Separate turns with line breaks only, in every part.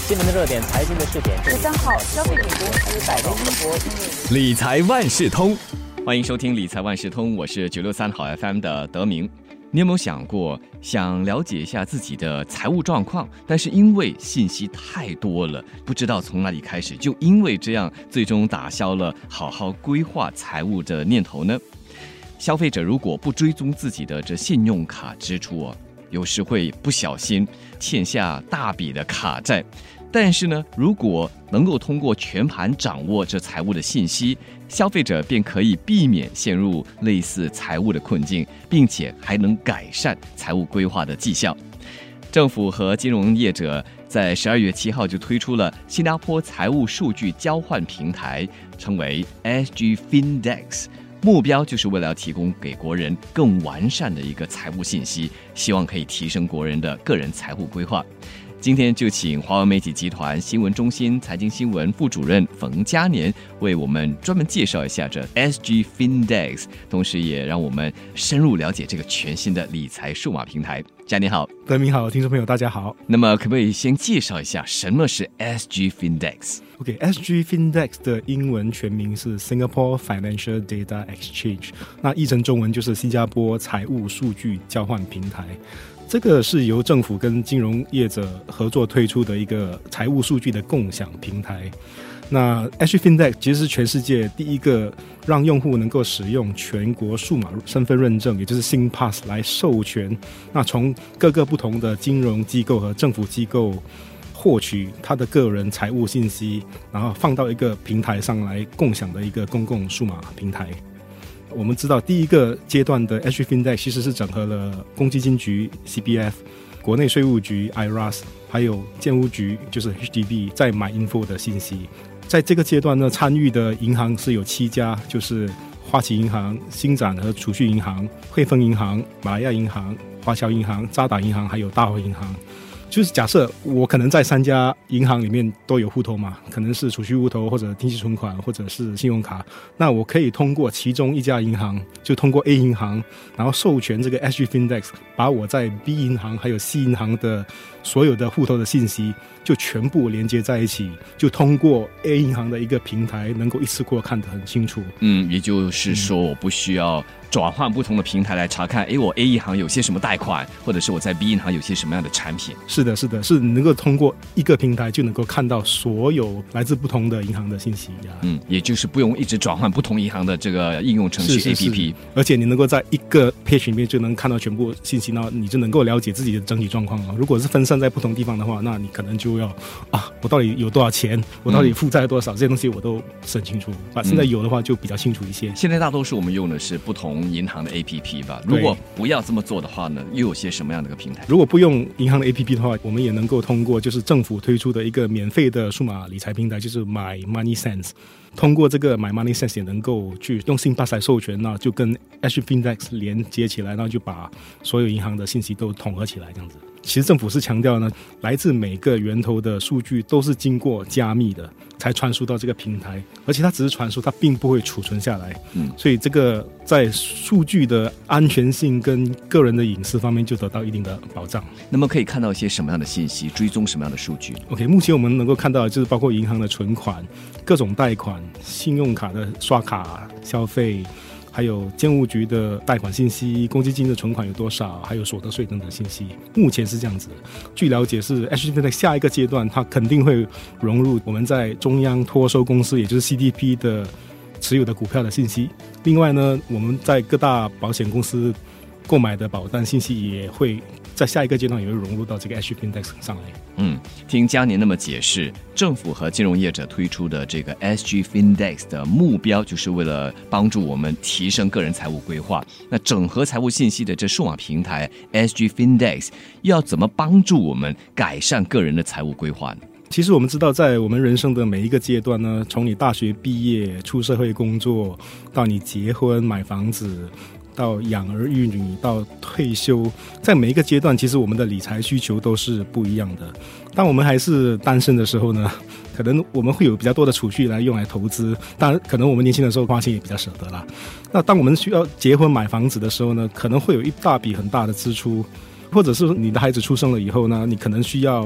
新闻的热点，财经的试点。
13号，消费品公司百威英博
理财万事通，欢迎收听理财万事通，我是963好 FM 的德明。你有没有想过，想了解一下自己的财务状况，但是因为信息太多了，不知道从哪里开始，就因为这样最终打消了好好规划财务的念头呢？消费者如果不追踪自己的这信用卡支出有时会不小心欠下大笔的卡债。但是呢，如果能够通过全盘掌握这财务的信息，消费者便可以避免陷入类似财务的困境，并且还能改善财务规划的绩效。政府和金融业者在12月7号就推出了新加坡财务数据交换平台，称为 SG Findex， 目标就是为了要提供给国人更完善的一个财务信息，希望可以提升国人的个人财务规划。今天就请华文媒体集团新闻中心财经新闻副主任冯嘉年为我们专门介绍一下这 SG Findex， 同时也让我们深入了解这个全新的理财数码平台。嘉年好。
德明好，听众朋友大家好。
那么可不可以先介绍一下什么是 SG Findex？OK，SG
Findex 的英文全名是 Singapore Financial Data Exchange， 那译成中文就是新加坡财务数据交换平台。这个是由政府跟金融业者合作推出的一个财务数据的共享平台。那 SG Findex 其实是全世界第一个让用户能够使用全国数码身份认证，也就是 SingPass 来授权，那从各个不同的金融机构和政府机构获取他的个人财务信息，然后放到一个平台上来共享的一个公共数码平台。我们知道第一个阶段的 SG Findex 其实是整合了公积金局 CPF、 国内税务局 IRAS 还有建屋局就是 HDB 在 MyInfo 的信息。在这个阶段呢，参与的银行是有7家，就是花旗银行、星展和储蓄银行、汇丰银行、马来亚银行、华侨银行、渣打银行还有大和银行。就是假设我可能在3家银行里面都有户头嘛，可能是储蓄户头或者定期存款或者是信用卡，那我可以通过其中一家银行，就通过 A 银行，然后授权这个 SG Findex 把我在 B 银行还有 C 银行的所有的户头的信息就全部连接在一起，就通过 A 银行的一个平台能够一次过看得很清楚。
也就是说我不需要转换不同的平台来查看，我 A 银行有些什么贷款，或者是我在 B 银行有些什么样的产品。
是能够通过一个平台就能够看到所有来自不同的银行的信息
也就是不用一直转换不同银行的这个应用程序 APP，
而且你能够在一个 page 里面就能看到全部信息，那你就能够了解自己的整体状况了。如果是分散在不同地方的话，那你可能就要我到底有多少钱，我到底负债多少，这些东西我都审清楚。现在有的话就比较清楚一些。
现在大多数我们用的是不同银行的 APP 吧？如果不要这么做的话呢，又有些什么样的一个平台？如
果不用银行的 APP 的话，我们也能够通过就是政府推出的一个免费的数码理财平台，就是 My Money Sense。通过这个 My Money Sense 也能够去用 SingPass 来授权，那就跟 SG Findex 连接起来，然后就把所有银行的信息都统合起来这样子。其实政府是强调呢，来自每个源头的数据都是经过加密的才传输到这个平台，而且它只是传输，它并不会储存下来。所以这个在数据的安全性跟个人的隐私方面就得到一定的保障。
那么可以看到一些什么样的信息，追踪什么样的数据？
OK， 目前我们能够看到的就是包括银行的存款、各种贷款、信用卡的刷卡消费，还有建屋局的贷款信息、公积金的存款有多少，还有所得税等等信息。目前是这样子的。据了解是 SG Findex 下一个阶段它肯定会融入我们在中央托收公司也就是 CDP 的持有的股票的信息。另外呢，我们在各大保险公司购买的保单信息也会在下一个阶段也会融入到这个 SG Findex 上来。
听嘉年那么解释，政府和金融业者推出的这个 SG Findex 的目标就是为了帮助我们提升个人财务规划。那整合财务信息的这数码平台 SG Findex 又要怎么帮助我们改善个人的财务规划呢？
其实我们知道在我们人生的每一个阶段呢，从你大学毕业出社会工作到你结婚买房子到养儿育女到退休，在每一个阶段其实我们的理财需求都是不一样的。当我们还是单身的时候呢，可能我们会有比较多的储蓄来用来投资，当然可能我们年轻的时候花钱也比较舍得啦。那当我们需要结婚买房子的时候呢，可能会有一大笔很大的支出，或者是你的孩子出生了以后呢，你可能需要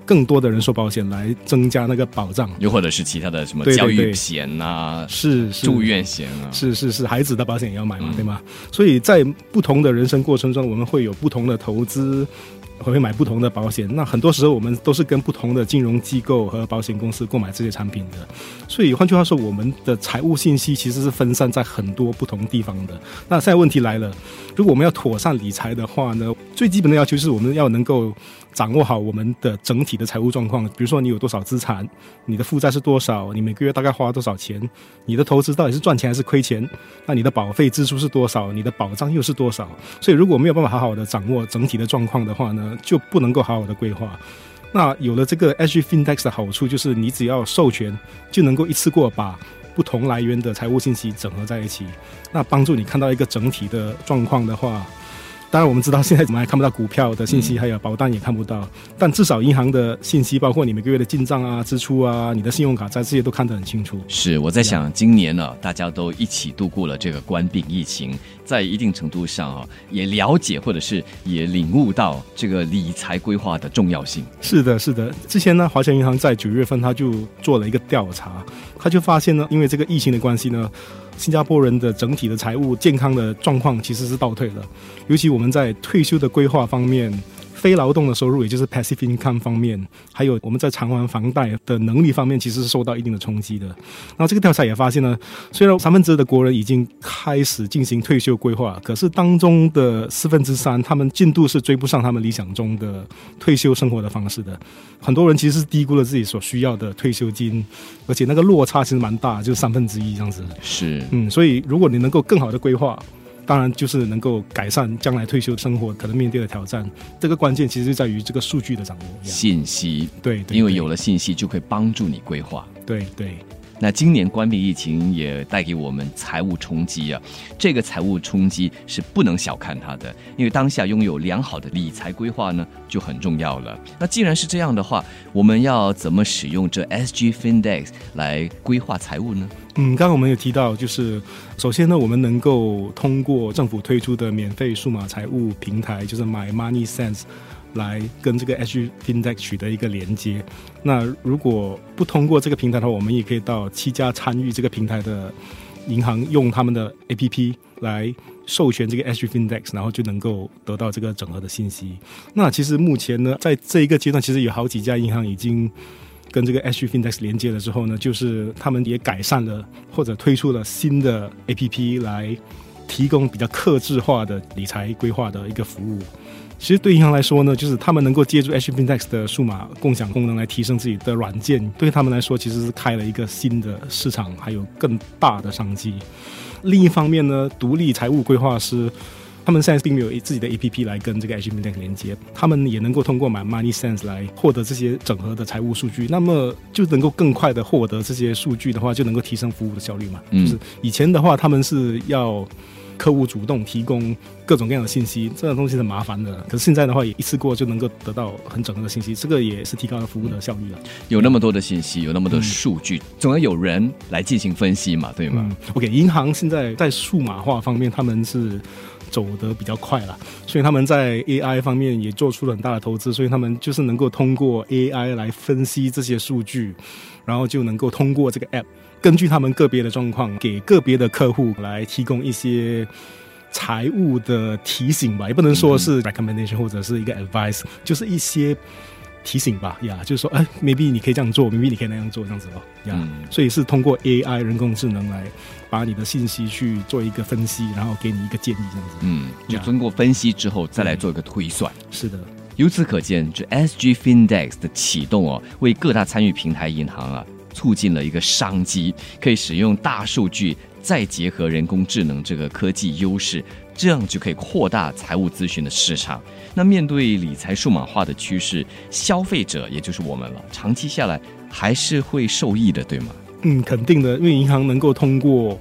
更多的人寿保险来增加那个保障，
又或者是其他的什么
对对
教育
对
险啊，
是
住院险啊，
是，孩子的保险也要买嘛，对吗？所以在不同的人生过程中，我们会有不同的投资，会买不同的保险。那很多时候我们都是跟不同的金融机构和保险公司购买这些产品的。所以换句话说，我们的财务信息其实是分散在很多不同地方的。那现在问题来了，如果我们要妥善理财的话呢，最基本的要求是我们要能够掌握好我们的整体的财务状况，比如说你有多少资产，你的负债是多少，你每个月大概花多少钱，你的投资到底是赚钱还是亏钱，那你的保费支出是多少，你的保障又是多少。所以如果没有办法好好的掌握整体的状况的话呢，就不能够好好的规划。那有了这个 SG Findex 的好处，就是你只要授权就能够一次过把不同来源的财务信息整合在一起，那帮助你看到一个整体的状况的话，当然我们知道现在我们还看不到股票的信息，还有保单也看不到，但至少银行的信息，包括你每个月的进账啊、支出啊、你的信用卡债，这些都看得很清楚。
是我在想，今年呢，大家都一起度过了这个冠病疫情，在一定程度上也了解或者是也领悟到这个理财规划的重要性。
是的，是的。之前呢，华侨银行在9月份他就做了一个调查，他就发现呢，因为这个疫情的关系呢，新加坡人的整体的财务健康的状况其实是倒退了，尤其我们在退休的规划方面，非劳动的收入，也就是 passive income 方面，还有我们在偿还房贷的能力方面，其实是受到一定的冲击的。然后这个调查也发现呢，虽然2/3的国人已经开始进行退休规划，可是当中的3/4，他们进度是追不上他们理想中的退休生活的方式的。很多人其实是低估了自己所需要的退休金，而且那个落差其实蛮大，就是1/3这样子。
是，
所以如果你能够更好的规划，当然就是能够改善将来退休生活可能面对的挑战。这个关键其实就在于这个数据的掌握，
信息。
对，
因为有了信息就可以帮助你规划。
对对。
那今年冠病疫情也带给我们财务冲击啊，这个财务冲击是不能小看它的，因为当下拥有良好的理财规划呢就很重要了。那既然是这样的话，我们要怎么使用这 SG Findex 来规划财务呢？
刚刚我们有提到，就是首先呢，我们能够通过政府推出的免费数码财务平台，就是 My Money Sense，来跟这个 SG Findex 取得一个连接。那如果不通过这个平台的话，我们也可以到7家参与这个平台的银行，用他们的 APP 来授权这个 SG Findex， 然后就能够得到这个整合的信息。那其实目前呢，在这一个阶段，其实有好几家银行已经跟这个 SG Findex 连接了之后呢，就是他们也改善了或者推出了新的 APP 来提供比较客制化的理财规划的一个服务。其实对银行来说呢，就是他们能够借助 SG Findex 的数码共享功能来提升自己的软件，对他们来说其实是开了一个新的市场，还有更大的商机。另一方面呢，独立财务规划师他们现在并没有自己的 APP 来跟这个 SG Findex 连接，他们也能够通过 My Money Sense 来获得这些整合的财务数据，那么就能够更快的获得这些数据的话，就能够提升服务的效率嘛。就是以前的话，他们是要客户主动提供各种各样的信息，这种东西很麻烦的。可是现在的话，也一次过就能够得到很整合的信息，这个也是提高了服务的效率了。
有那么多的信息，有那么多数据，总要有人来进行分析嘛，对吗
？OK， 银行现在在数码化方面，他们是走得比较快了，所以他们在 AI 方面也做出了很大的投资，所以他们就是能够通过 AI 来分析这些数据，然后就能够通过这个 App， 根据他们个别的状况，给个别的客户来提供一些财务的提醒吧，也不能说是 recommendation 或者是一个 advice， 就是一些提醒吧，就是说maybe 你可以这样做， maybe 你可以那样做，这样子所以是通过 AI 人工智能来把你的信息去做一个分析，然后给你一个建议，这样子。
就经过分析之后再来做一个推算。
是的。
由此可见，这 SG Findex 的启动为各大参与平台银行促进了一个商机，可以使用大数据再结合人工智能这个科技优势，这样就可以扩大财务咨询的市场。那面对理财数码化的趋势，消费者也就是我们了，长期下来还是会受益的，对吗？
肯定的，因为银行能够通过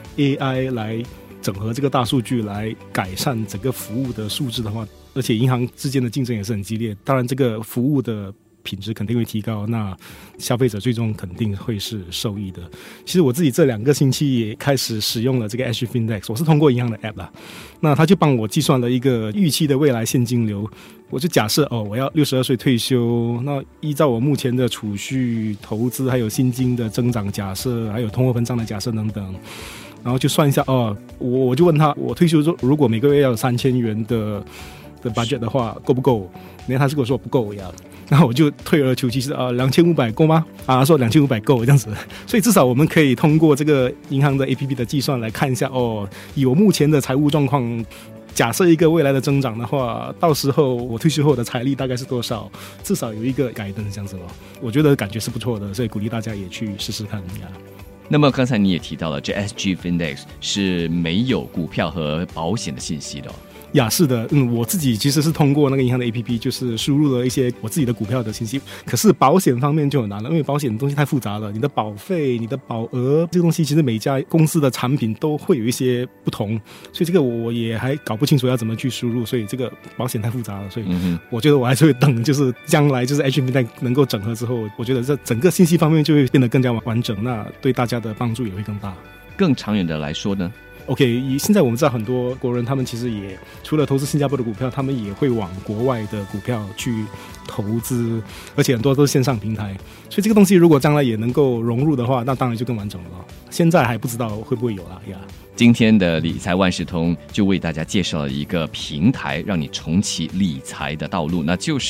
AI 来整合这个大数据来改善整个服务的素质的话，而且银行之间的竞争也是很激烈，当然这个服务的品质肯定会提高，那消费者最终肯定会是受益的。其实我自己这2个星期也开始使用了这个 SG Findex， 我是通过银行的 app 啦，那他就帮我计算了一个预期的未来现金流。我就假设我要62岁退休，那依照我目前的储蓄、投资还有薪金的增长假设，还有通货膨胀的假设等等，然后就算一下我就问他，我退休如果每个月要有3000元的 budget 的话够不够？然后他是跟我说不够呀，然后我就退而求其次2500够吗？他说2500够这样子，所以至少我们可以通过这个银行的 APP 的计算来看一下以我目前的财务状况，假设一个未来的增长的话，到时候我退休后的财力大概是多少，至少有一个改动这样子咯。我觉得感觉是不错的，所以鼓励大家也去试试看呀。
那么刚才你也提到了，这 SG Findex 是没有股票和保险的信息的
呀，是的，我自己其实是通过那个银行的 APP， 就是输入了一些我自己的股票的信息。可是保险方面就很难了，因为保险的东西太复杂了，你的保费、你的保额，这个东西其实每家公司的产品都会有一些不同，所以这个我也还搞不清楚要怎么去输入，所以这个保险太复杂了，所以我觉得我还是会等，就是将来就是 SG Findex 能够整合之后，我觉得这整个信息方面就会变得更加完整，那对大家的帮助也会更大。
更长远的来说呢
OK， 现在我们知道很多国人，他们其实也除了投资新加坡的股票，他们也会往国外的股票去投资，而且很多都是线上平台，所以这个东西如果将来也能够融入的话，那当然就更完整了。现在还不知道会不会有啦呀。
今天的理财万事通就为大家介绍了一个平台，让你重启理财的道路，那就是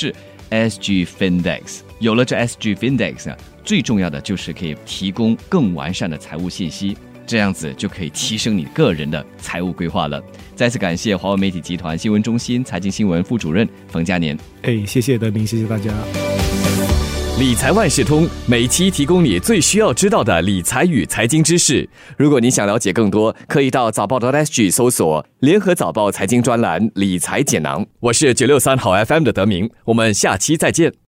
SG Findex。有了这 SG Findex 最重要的就是可以提供更完善的财务信息，这样子就可以提升你个人的财务规划了。再次感谢华为媒体集团新闻中心财经新闻副主任冯嘉年。
谢谢德明，谢谢大家。
理财万事通每期提供你最需要知道的理财与财经知识。如果你想了解更多，可以到早报.sg 搜索联合早报财经专栏理财解囊。我是963好 FM 的德明，我们下期再见。